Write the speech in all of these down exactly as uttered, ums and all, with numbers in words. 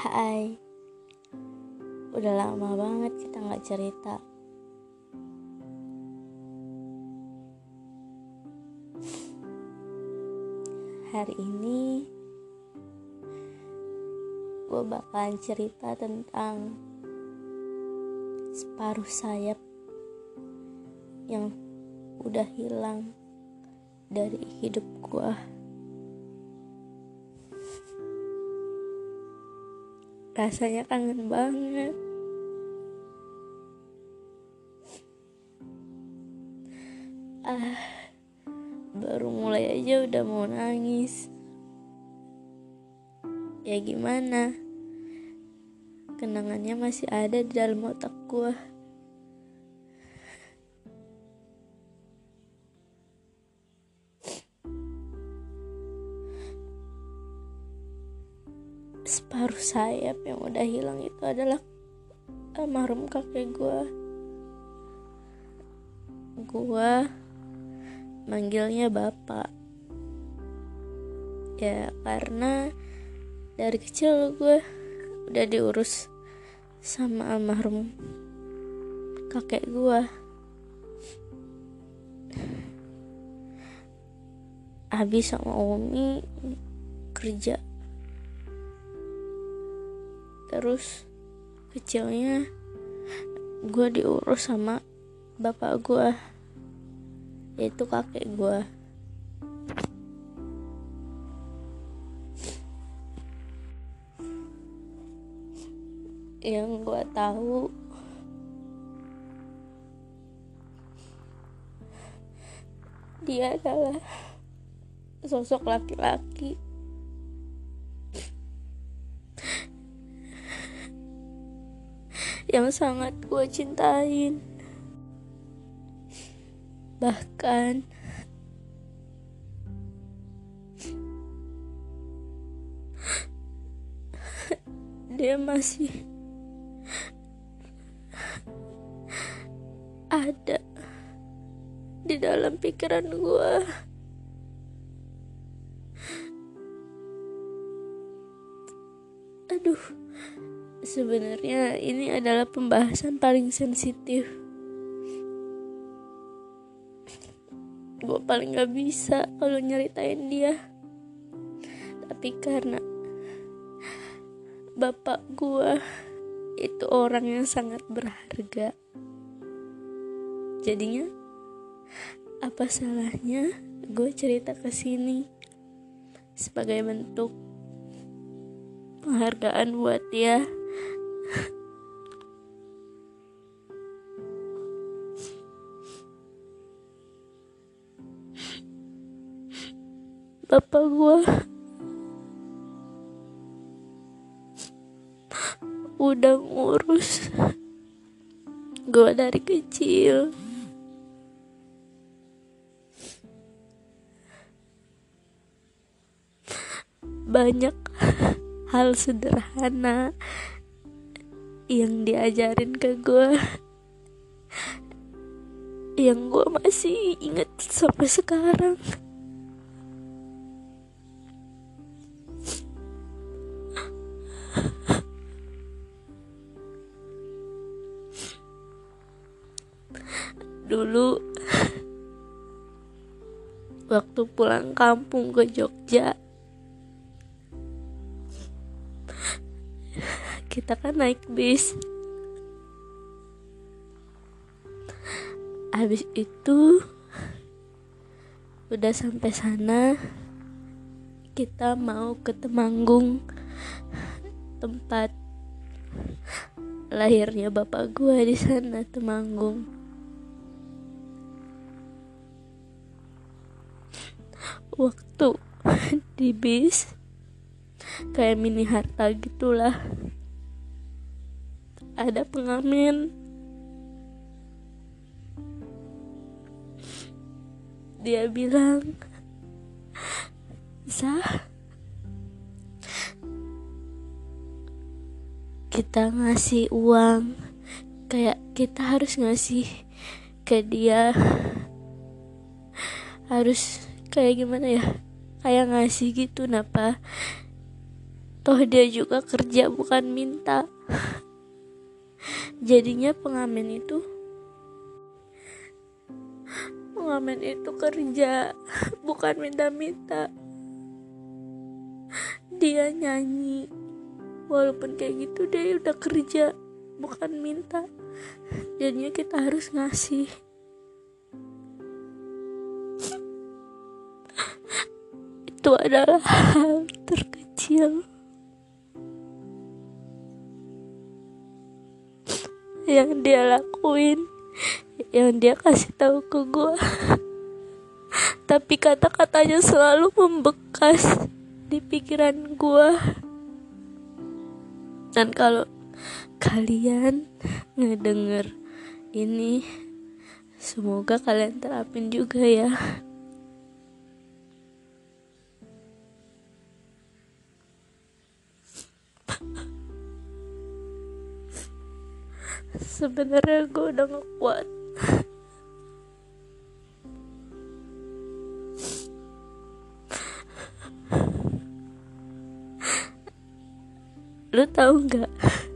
Hai, udah lama banget kita gak cerita. Hari ini gue bakalan cerita tentang separuh sayap yang udah hilang dari hidup gue. Rasanya kangen banget. Ah, baru mulai aja udah mau nangis. Ya gimana? Kenangannya masih ada di dalam otak gue. Separuh sayap yang udah hilang itu adalah almarhum kakek gue. Gue manggilnya bapak. Ya karena dari kecil gue udah diurus sama almarhum kakek gue. Abi sama Umi kerja. Terus kecilnya gue diurus sama bapak gue, yaitu kakek gue. Yang gue tahu dia adalah sosok laki-laki yang sangat gue cintain. Bahkan dia masih ada di dalam pikiran gue. Aduh, sebenarnya ini adalah pembahasan paling sensitif. Gue paling gak bisa kalau nyeritain dia. Tapi karena bapak gue itu orang yang sangat berharga, jadinya apa salahnya gue cerita ke sini sebagai bentuk penghargaan buat dia. Bapak gue udah ngurus gue dari kecil. Banyak hal sederhana yang diajarin ke gue, yang gue masih inget sampai sekarang. Dulu waktu pulang kampung ke Jogja, kita kan naik bis. Habis itu udah sampai sana, kita mau ke Temanggung, tempat lahirnya bapak gue di sana, Temanggung. Waktu di bis kayak mini harta gitulah, ada pengamen. Dia bilang, "Zah, kita ngasih uang, kayak kita harus ngasih ke dia, harus kayak gimana ya, kayak ngasih gitu napa." Toh dia juga kerja bukan minta. Jadinya pengamen itu pengamen itu kerja bukan minta-minta. Dia nyanyi, walaupun kayak gitu dia udah kerja bukan minta. Jadinya kita harus ngasih. Itu adalah hal terkecil yang dia lakuin, yang dia kasih tahu ke gue. Tapi kata-katanya selalu membekas di pikiran gue. Dan kalau kalian ngedenger ini, semoga kalian terapin juga ya. Sebenarnya gue udah gak kuat. Lu tahu gak,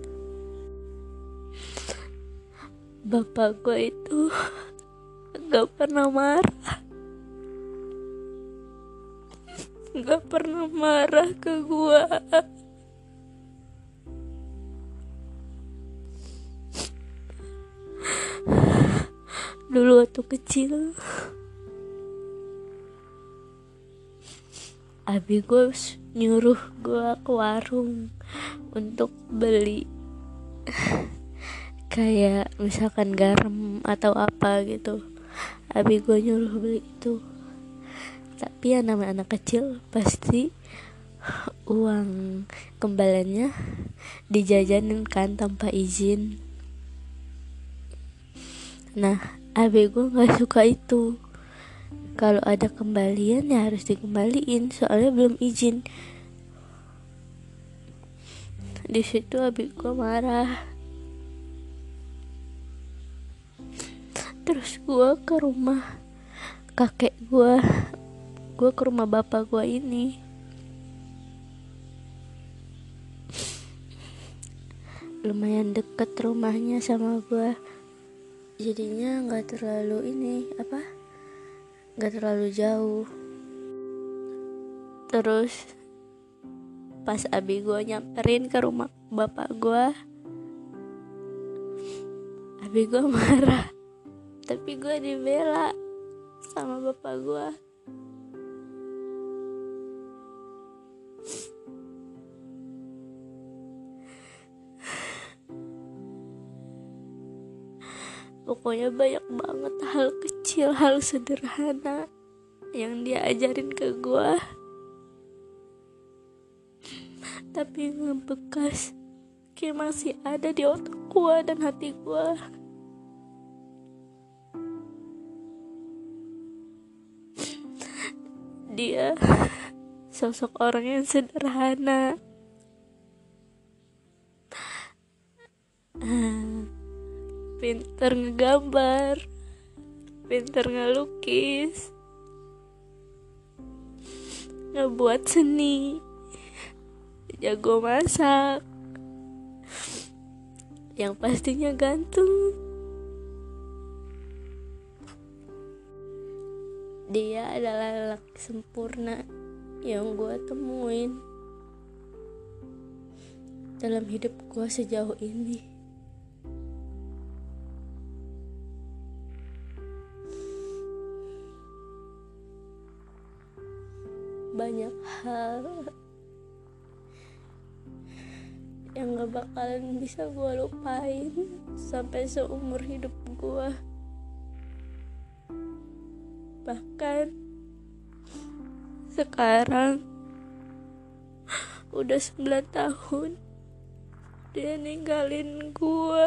bapak gue itu gak pernah marah. Gak pernah marah ke gue. Dulu waktu kecil, abi gue nyuruh gue ke warung untuk beli kayak misalkan garam atau apa gitu. Abi gue nyuruh beli itu. Tapi ya namanya anak kecil, pasti uang kembaliannya dijajanin kan tanpa izin. Nah, abi gue nggak suka itu. Kalau ada kembalian ya harus dikembaliin, soalnya belum izin. Di situ abi gue marah. Terus gue ke rumah kakek gue, gue ke rumah bapak gue ini. Lumayan deket rumahnya sama gue, jadinya nggak terlalu ini apa, nggak terlalu jauh. Terus pas abi gue nyamperin ke rumah bapak gue, abi gue marah, tapi gue dibela sama bapak gue. Pokoknya banyak banget hal kecil, hal sederhana yang dia ajarin ke gue, tapi ngebekas, kayak masih ada di otak gue dan hati gue. Dia sosok orang yang sederhana, pinter ngegambar, pinter ngelukis, ngebuat seni, jago masak, yang pastinya ganteng. Dia adalah lelaki sempurna yang gue temuin dalam hidup gue sejauh ini. Banyak hal yang gak bakalan bisa gue lupain sampai seumur hidup gue. Bahkan sekarang udah sembilan tahun dia ninggalin gue,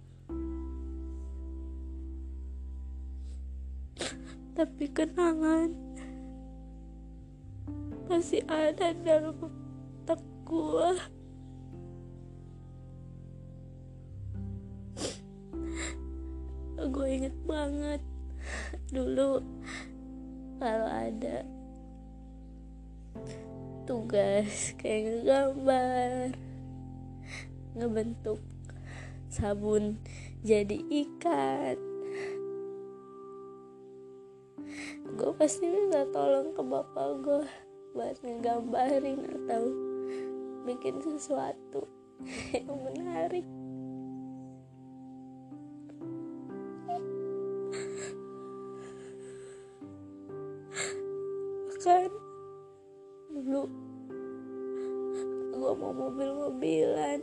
tapi kenangan masih ada dalam otak gue. Gue inget banget dulu kalau ada tugas kayak ngegambar, ngebentuk sabun jadi ikan. Gue pasti minta tolong ke bapak gue buat ngegambarin atau bikin sesuatu yang menarik. Bahkan dulu gue mau mobil-mobilan,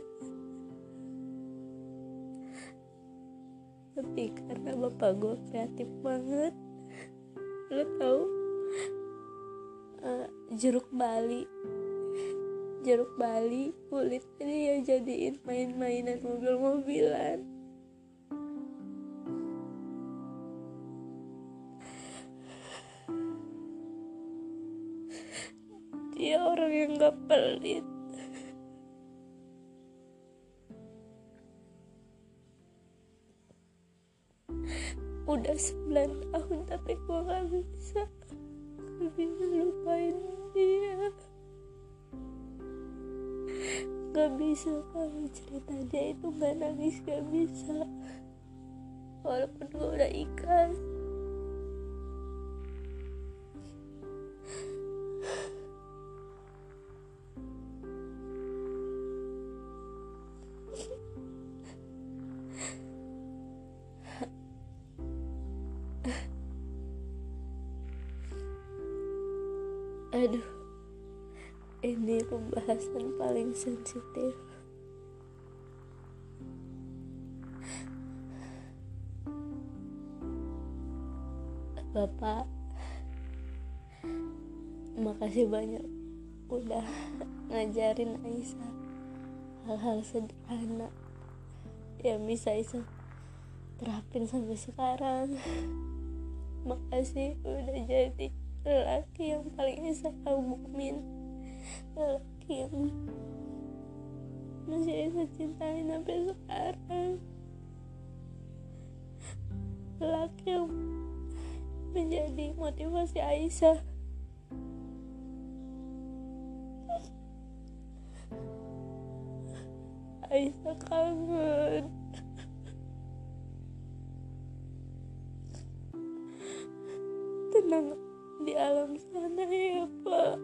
tapi karena bapak gue kreatif banget, lo tau uh, jeruk Bali jeruk Bali kulitnya dia jadiin main-mainan mobil-mobilan. Dia orang yang gak pelit. Udah sembilan tahun tapi gue gak bisa Gak bisa lupain dia. Gak bisa kalau cerita dia itu gak nangis, gak bisa. Walaupun gue udah ikhlas. Aduh, ini pembahasan paling sensitif. Bapak, makasih banyak udah ngajarin Aisyah hal-hal sederhana yang bisa Aisyah terapin sampai sekarang. Makasih udah jadi lelaki yang paling Aisyah kagumin, lelaki yang masih Aisyah cintain sampai sekarang, lelaki yang menjadi motivasi Aisyah. Aisyah kangen. Tenang di alam sana ya Pak.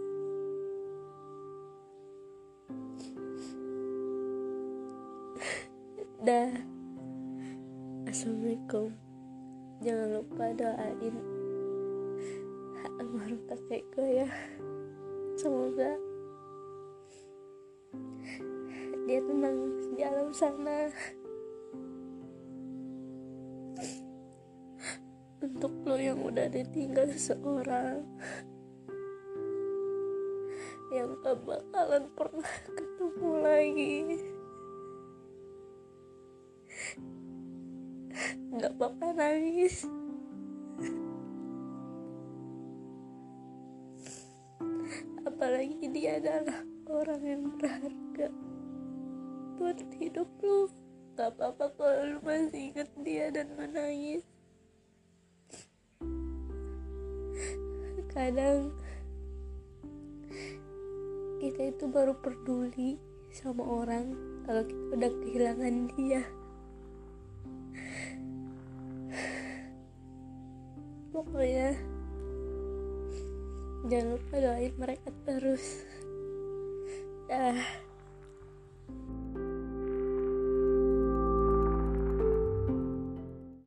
Dah. Assalamualaikum. Jangan lupa doain almarhum kakek gue ya. Semoga dia tenang di alam sana. Untuk lo yang udah ditinggal seseorang, yang gak bakalan pernah ketemu lagi, gak apa-apa nangis. Apalagi dia adalah orang yang berharga buat hidup lo. Gak apa-apa kalau lo masih ingat dia dan menangis. Kadang kita itu baru peduli sama orang kalau kita udah kehilangan dia. Pokoknya jangan lupa doain mereka terus. Dah.